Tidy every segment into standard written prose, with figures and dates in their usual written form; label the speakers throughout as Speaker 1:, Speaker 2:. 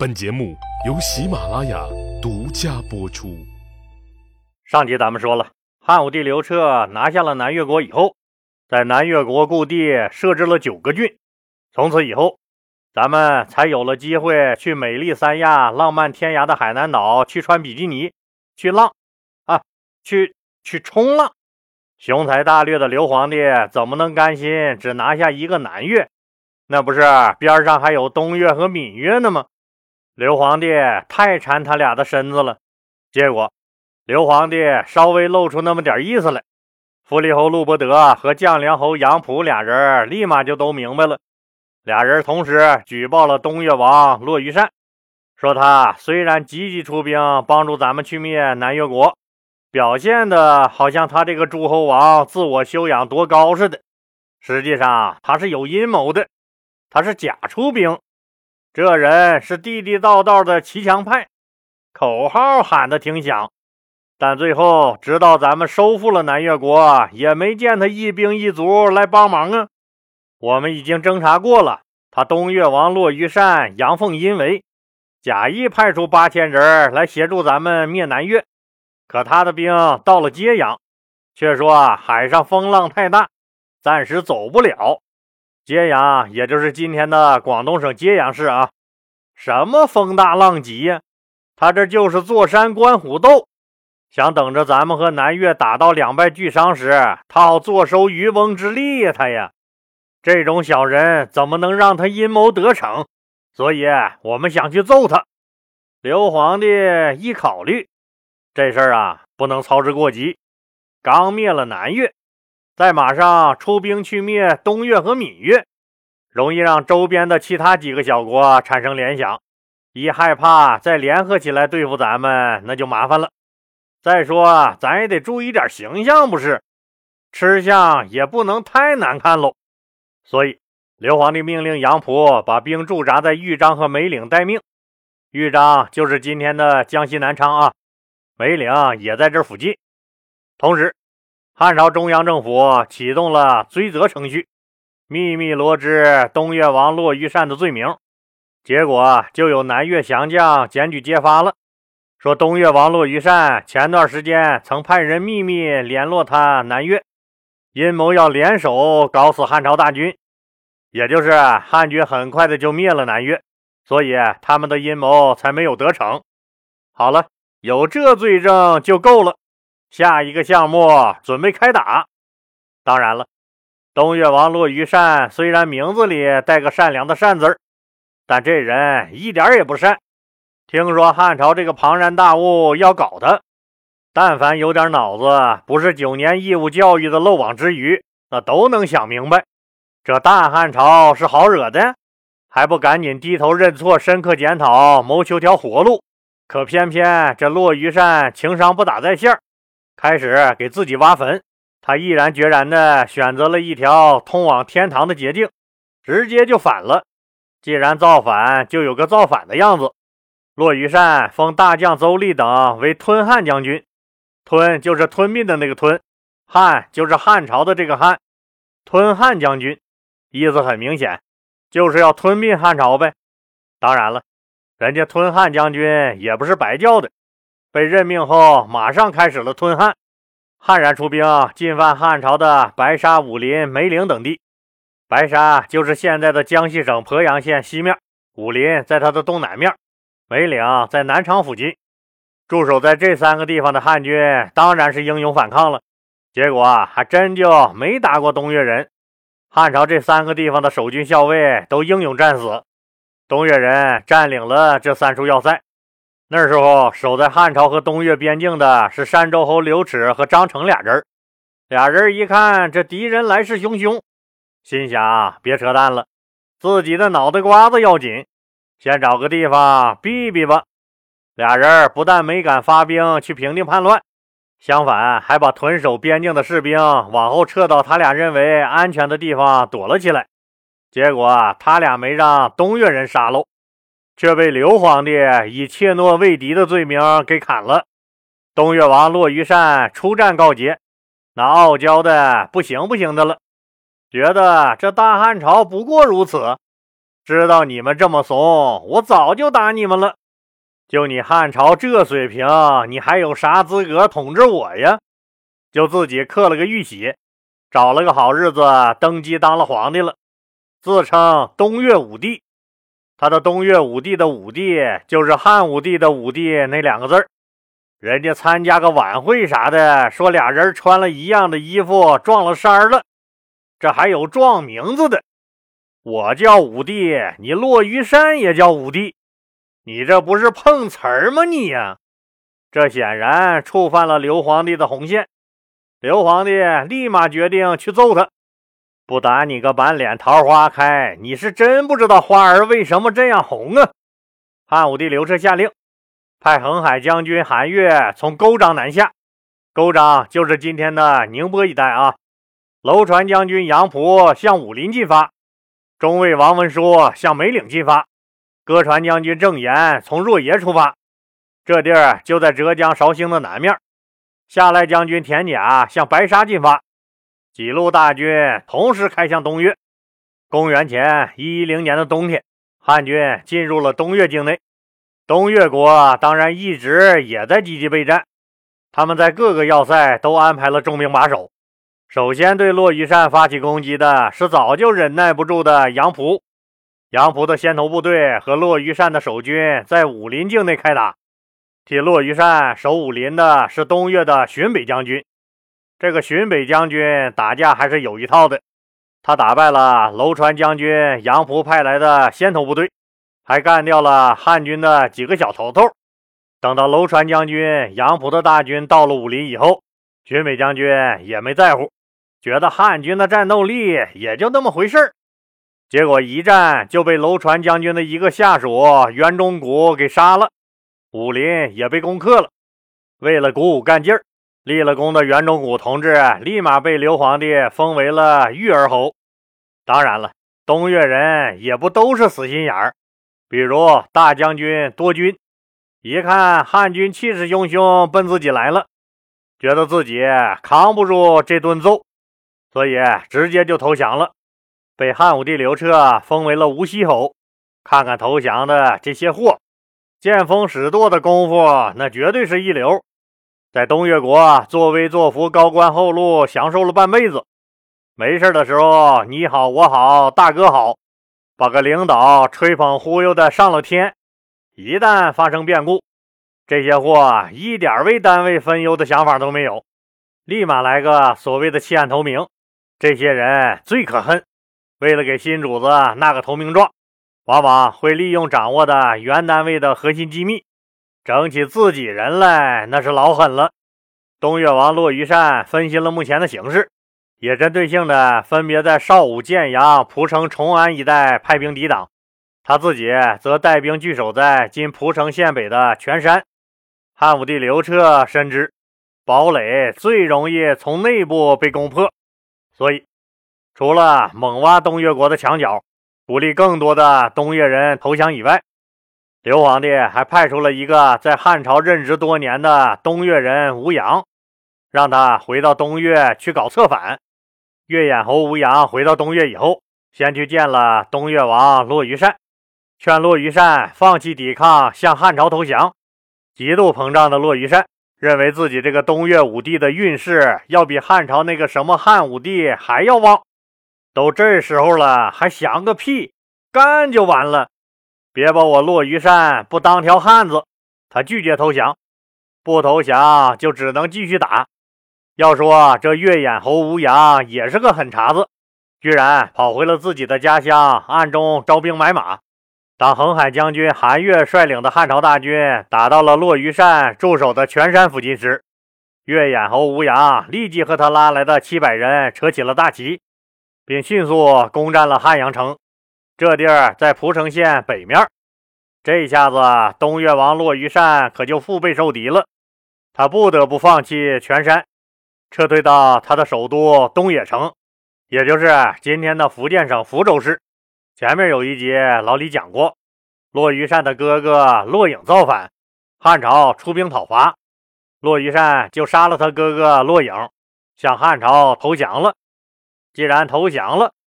Speaker 1: 本节目由喜马拉雅独家播出。
Speaker 2: 上集咱们说了，汉武帝刘彻拿下了南越国以后，在南越国故地设置了9个郡，从此以后咱们才有了机会去美丽三亚、浪漫天涯的海南岛去穿比基尼，去浪去冲浪。雄才大略的刘皇帝怎么能甘心只拿下一个南越？那不是边上还有东越和闽越呢吗？刘皇帝太馋他俩的身子了，结果刘皇帝稍微露出那么点意思来，富力侯陆伯德和绛梁侯杨溥俩人立马就都明白了。俩人同时举报了东越王骆于善，说他虽然积极出兵帮助咱们去灭南越国，表现的好像他这个诸侯王自我修养多高似的，实际上他是有阴谋的，他是假出兵。这人是地地道道的骑墙派，口号喊得挺响，但最后直到咱们收复了南越国，也没见他一兵一卒来帮忙啊。我们已经侦查过了，他东越王骆于善阳奉阴违，假意派出8000人来协助咱们灭南越，可他的兵到了揭阳，却说海上风浪太大，暂时走不了。揭阳也就是今天的广东省揭阳市啊，什么风大浪急呀，他这就是坐山观虎斗，想等着咱们和南越打到两败俱伤时，他好坐收渔翁之利呀。他呀，这种小人怎么能让他阴谋得逞？所以我们想去揍他。刘皇帝一考虑，这事儿啊不能操之过急，刚灭了南越，再马上出兵去灭东越和闽越，容易让周边的其他几个小国产生联想，一害怕再联合起来对付咱们，那就麻烦了。再说咱也得注意点形象，不是？吃相也不能太难看喽。所以刘皇帝命令杨溥把兵驻扎在豫章和梅岭待命。豫章就是今天的江西南昌啊，梅岭也在这附近。同时汉朝中央政府启动了追责程序，秘密罗织东越王骆于善的罪名，结果就有南越降将检举揭发了，说东越王骆于善前段时间曾派人秘密联络他南越，阴谋要联手搞死汉朝大军，也就是汉军很快的就灭了南越，所以他们的阴谋才没有得逞。好了，有这罪证就够了，下一个项目准备开打。当然了，东越王骆于善虽然名字里带个善良的善字，但这人一点也不善。听说汉朝这个庞然大物要搞他，但凡有点脑子，不是9年义务教育的漏网之鱼，那都能想明白，这大汉朝是好惹的，还不赶紧低头认错，深刻检讨，谋求条活路。可偏偏这骆于善情商不打在线，开始给自己挖坟。他毅然决然地选择了一条通往天堂的捷径，直接就反了。既然造反，就有个造反的样子。骆于善封大将邹立等为吞汉将军，吞就是吞并的那个吞，汉就是汉朝的这个汉，吞汉将军意思很明显，就是要吞并汉朝呗。当然了，人家吞汉将军也不是白叫的，被任命后马上开始了吞汉，悍然出兵进犯汉朝的白沙、武林、梅岭等地。白沙就是现在的江西省鄱阳县西面，武林在它的东南面，梅岭在南昌附近。驻守在这3个地方的汉军当然是英勇反抗了，结果还真就没打过东越人。汉朝这3个地方的守军校尉都英勇战死，东越人占领了这3处要塞。那时候守在汉朝和东越边境的是山州侯刘齿和张成俩人。俩人一看这敌人来势汹汹，心想别扯淡了，自己的脑袋瓜子要紧，先找个地方避避吧。俩人不但没敢发兵去平定叛乱，相反还把屯守边境的士兵往后撤到他俩认为安全的地方躲了起来。结果他俩没让东越人杀喽，却被刘皇帝以怯懦畏敌的罪名给砍了。东越王骆于善出战告捷，那傲娇的不行的了，觉得这大汉朝不过如此， 知道你们这么怂，我早就打你们了。就你汉朝这水平，你还有啥资格统治我呀？就自己刻了个玉玺，找了个好日子登基当了皇帝了，自称东岳武帝。他的东岳武帝的武帝就是汉武帝的武帝那2个字儿。人家参加个晚会啥的，说俩人穿了一样的衣服撞了衫了，这还有撞名字的。我叫武帝，你骆玉山也叫武帝，你这不是碰瓷儿吗你呀？这显然触犯了刘皇帝的红线。刘皇帝立马决定去揍他，不打你个满脸桃花开，你是真不知道花儿为什么这样红啊！汉武帝刘彻下令派横海将军韩越从沟章南下，沟章就是今天的宁波一带啊。楼船将军杨仆向武林进发，中尉王文书向梅岭进发，歌船将军郑岩从若野出发，这地儿就在浙江绍兴的南面。下赖将军田甲向白沙进发，几路大军同时开向东岳。公元前110年的冬天，汉军进入了东岳境内。东岳国当然一直也在积极备战，他们在各个要塞都安排了重兵把守。首先对骆玉山发起攻击的是早就忍耐不住的杨仆。杨仆的先头部队和骆玉山的守军在武林境内开打，替骆玉山守武林的是东岳的荀北将军。这个荀北将军打架还是有一套的，他打败了楼船将军杨仆派来的先头部队，还干掉了汉军的几个小头头。等到楼船将军杨仆的大军到了武林以后，荀北将军也没在乎，觉得汉军的战斗力也就那么回事儿。结果一战就被楼船将军的一个下属袁忠谷给杀了，武林也被攻克了。为了鼓舞干劲儿，立了功的袁忠谷同志立马被刘皇帝封为了玉儿侯。当然了，东岳人也不都是死心眼儿，比如大将军多军，一看汉军气势汹汹奔自己来了，觉得自己扛不住这顿揍，所以直接就投降了，被汉武帝刘彻封为了无锡侯。看看投降的这些货，见风使舵的功夫那绝对是一流，在东岳国作威作福，高官厚禄，享受了半辈子。没事的时候你好我好大哥好，把个领导吹捧忽悠的上了天。一旦发生变故，这些货一点为单位分忧的想法都没有，立马来个所谓的弃暗投明。这些人最可恨，为了给新主子那个投名状，往往会利用掌握的原单位的核心机密，整起自己人来，那是老狠了。东岳王骆玉山分析了目前的形势，也针对性的分别在邵武、建阳、蒲城、崇安一带派兵抵挡，他自己则带兵据守在今蒲城县北的全山。汉武帝刘彻深知堡垒最容易从内部被攻破，所以除了猛挖东岳国的墙角，鼓励更多的东岳人投降以外，刘皇帝还派出了一个在汉朝任职多年的东岳人吴阳，让他回到东岳去搞策反。岳眼侯吴阳回到东岳以后，先去见了东岳王骆玉山，劝骆玉山放弃抵抗，向汉朝投降。极度膨胀的骆玉山认为自己这个东岳武帝的运势要比汉朝那个什么汉武帝还要旺，都这时候了还想个屁，干就完了，别把我骆玉山不当条汉子。他拒绝投降，不投降就只能继续打。要说这岳眼侯吴阳也是个狠茬子，居然跑回了自己的家乡，暗中招兵买马。当横海将军韩越率领的汉朝大军打到了骆玉山驻守的全山附近时，岳眼侯吴阳立即和他拉来的700人扯起了大旗，并迅速攻占了汉阳城。这地儿在蒲城县北面。这下子东岳王骆玉山可就腹背受敌了，他不得不放弃全山，撤退到他的首都东冶城，也就是今天的福建省福州市。前面有一节老李讲过，骆玉山的哥哥骆颖造反，汉朝出兵讨伐，骆玉山就杀了他哥哥骆颖，向汉朝投降了。既然投降了，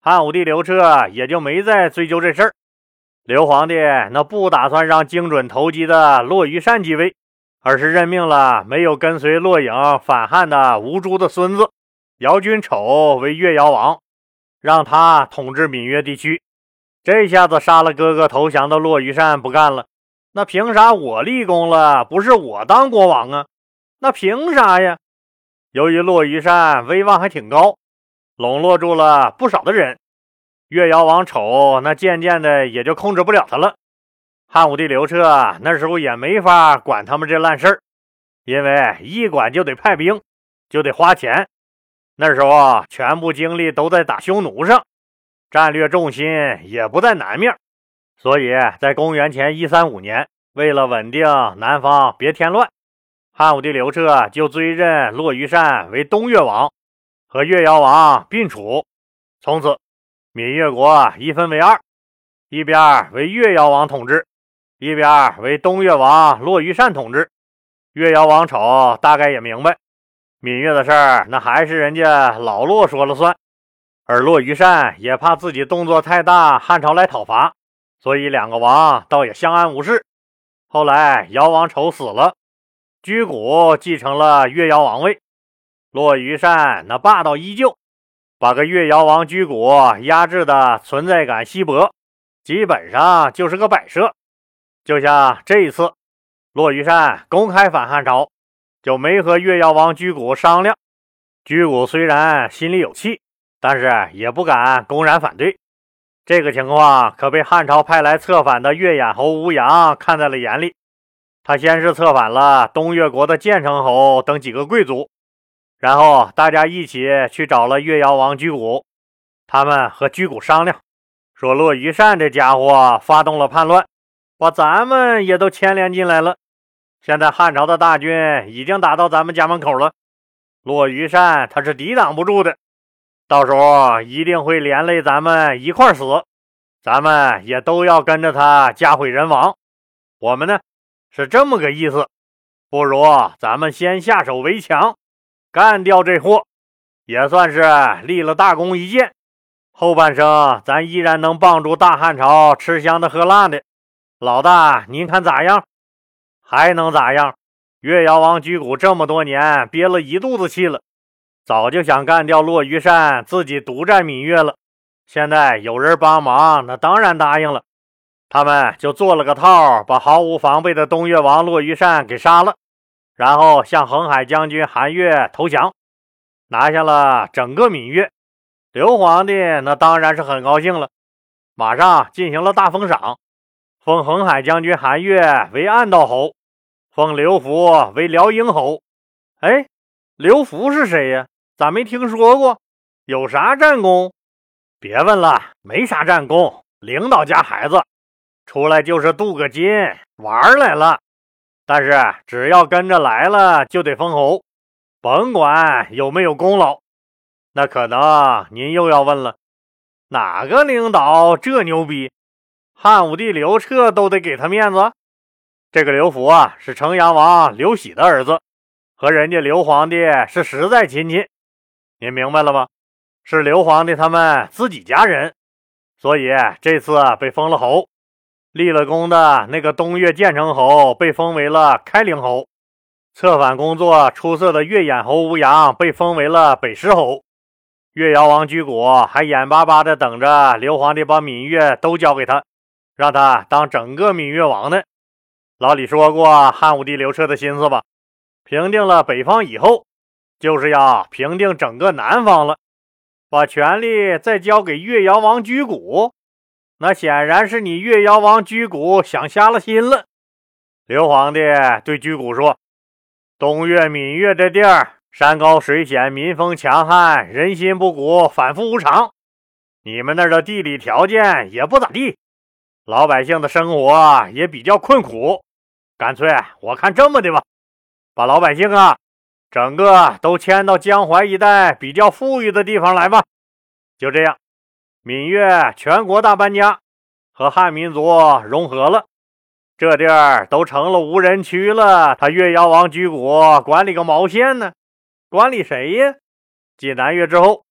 Speaker 2: 汉武帝刘彻也就没再追究这事儿。刘皇帝那不打算让精准投机的骆于善继位，而是任命了没有跟随骆颖反汉的吴珠的孙子姚君丑为越姚王，让他统治闽越地区。这下子杀了哥哥投降的骆于善不干了，那凭啥我立功了，不是我当国王啊？那凭啥呀？由于骆于善威望还挺高，笼络住了不少的人，越姚王丑那渐渐的也就控制不了他了。汉武帝刘彻那时候也没法管他们这烂事儿，因为一管就得派兵，就得花钱，那时候全部精力都在打匈奴上，战略重心也不在南面。所以在公元前135年，为了稳定南方别添乱，汉武帝刘彻就追认骆于善为东越王，和越姚王并处。从此闽越国一分为二，一边为越姚王统治，一边为东越王骆于善统治。越姚王丑大概也明白，闽越的事儿那还是人家老骆说了算，而骆于善也怕自己动作太大，汉朝来讨伐，所以两个王倒也相安无事。后来姚王丑死了，居谷继承了越姚王位，骆于善那霸道依旧，把个越姚王居谷压制的存在感稀薄，基本上就是个摆设。就像这一次骆于善公开反汉朝，就没和越姚王居谷商量。居谷虽然心里有气，但是也不敢公然反对。这个情况可被汉朝派来策反的越衍侯吴阳看在了眼里。他先是策反了东越国的建成侯等几个贵族，然后大家一起去找了越姚王居谷。他们和居谷商量，说骆于善这家伙发动了叛乱，把咱们也都牵连进来了。现在汉朝的大军已经打到咱们家门口了，骆于善他是抵挡不住的，到时候一定会连累咱们一块死，咱们也都要跟着他家毁人亡。我们呢是这么个意思，不如咱们先下手为强，干掉这货，也算是立了大功一件。后半生咱依然能帮助大汉朝吃香的喝辣的。老大您看咋样？还能咋样？越姚王居谷这么多年憋了一肚子气了，早就想干掉骆于善，自己独占闽越了。现在有人帮忙，那当然答应了。他们就做了个套，把毫无防备的东越王骆于善给杀了，然后向横海将军韩越投降，拿下了整个闽越。刘皇帝那当然是很高兴了，马上进行了大封赏，封横海将军韩越为暗道侯，封刘福为辽阴侯。哎，刘福是谁呀？咋没听说过？有啥战功？别问了，没啥战功，领导家孩子，出来就是镀个金，玩来了。但是只要跟着来了，就得封侯，甭管有没有功劳。那可能您又要问了，哪个领导这牛逼？汉武帝刘彻都得给他面子。这个刘福啊，是城阳王刘喜的儿子，和人家刘皇帝是实在亲戚。您明白了吗？是刘皇帝他们自己家人，所以这次被封了侯。立了功的那个东越建成侯被封为了开陵侯，策反工作出色的越衍侯吴阳被封为了北石侯。越姚王居谷还眼巴巴的等着刘皇帝把闽越都交给他，让他当整个闽越王呢。老李说过汉武帝刘彻的心思吧，平定了北方以后，就是要平定整个南方了，把权力再交给越姚王居谷，那显然是你越姚王居谷想瞎了心了。刘皇帝对居谷说，东越闽越这地儿山高水险，民风强悍，人心不古，反复无常，你们那儿的地理条件也不咋地，老百姓的生活也比较困苦，干脆我看这么的吧，把老百姓啊整个都迁到江淮一带比较富裕的地方来吧。就这样，闽越全国大搬家，和汉民族融合了，这地儿都成了无人区了，他越姚王居谷管理个毛线呢？管理谁呀？进南越之后，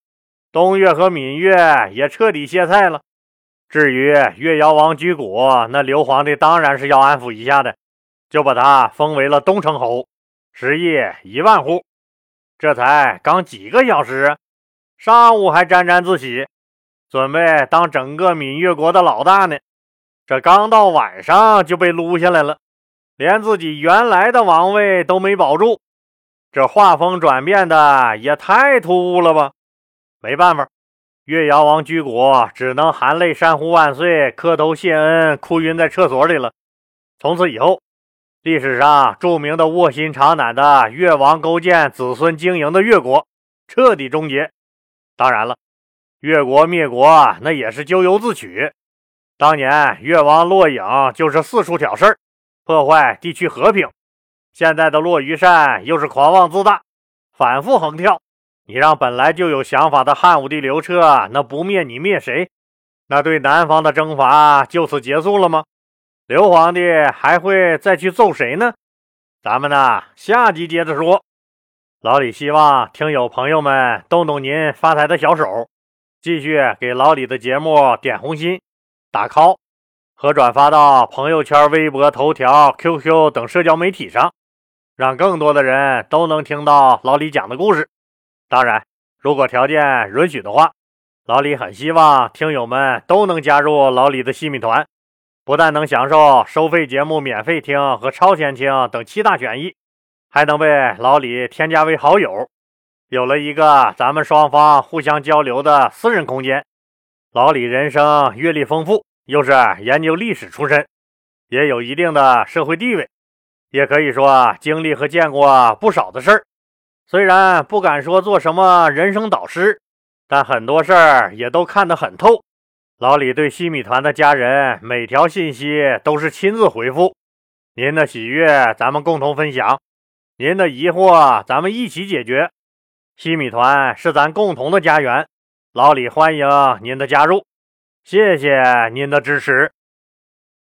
Speaker 2: 东岳和闽岳也彻底歇菜了。至于越瑶王居谷，那刘皇帝当然是要安抚一下的，就把他封为了东城侯，食邑10000户。这才刚几个小时，上午还沾沾自喜，准备当整个闽越国的老大呢。这刚到晚上就被撸下来了，连自己原来的王位都没保住，这画风转变的也太突兀了吧。没办法，越瑶王居谷只能含泪山呼万岁，磕头谢恩，哭晕在厕所里了。从此以后，历史上著名的卧薪尝胆的越王勾践子孙经营的越国彻底终结。当然了，越国灭国那也是咎由自取。当年越王骆颖就是四处挑事儿，破坏地区和平。现在的骆虞山又是狂妄自大，反复横跳。你让本来就有想法的汉武帝刘彻，那不灭你灭谁？那对南方的征伐就此结束了吗？刘皇帝还会再去揍谁呢？咱们呢，下集接着说。老李希望听友朋友们动动您发财的小手，继续给老李的节目点红心、打 call 和转发到朋友圈、微博、头条、QQ 等社交媒体上，让更多的人都能听到老李讲的故事。当然，如果条件允许的话，老李很希望听友们都能加入老李的西米团，不但能享受收费节目免费听和超前听等7大权益，还能被老李添加为好友，有了一个咱们双方互相交流的私人空间。老李人生阅历丰富，又是研究历史出身，也有一定的社会地位，也可以说经历和见过不少的事儿。虽然不敢说做什么人生导师，但很多事儿也都看得很透。老李对西米团的家人每条信息都是亲自回复，您的喜悦咱们共同分享，您的疑惑咱们一起解决。西米团是咱共同的家园，老李欢迎您的加入，谢谢您的支持。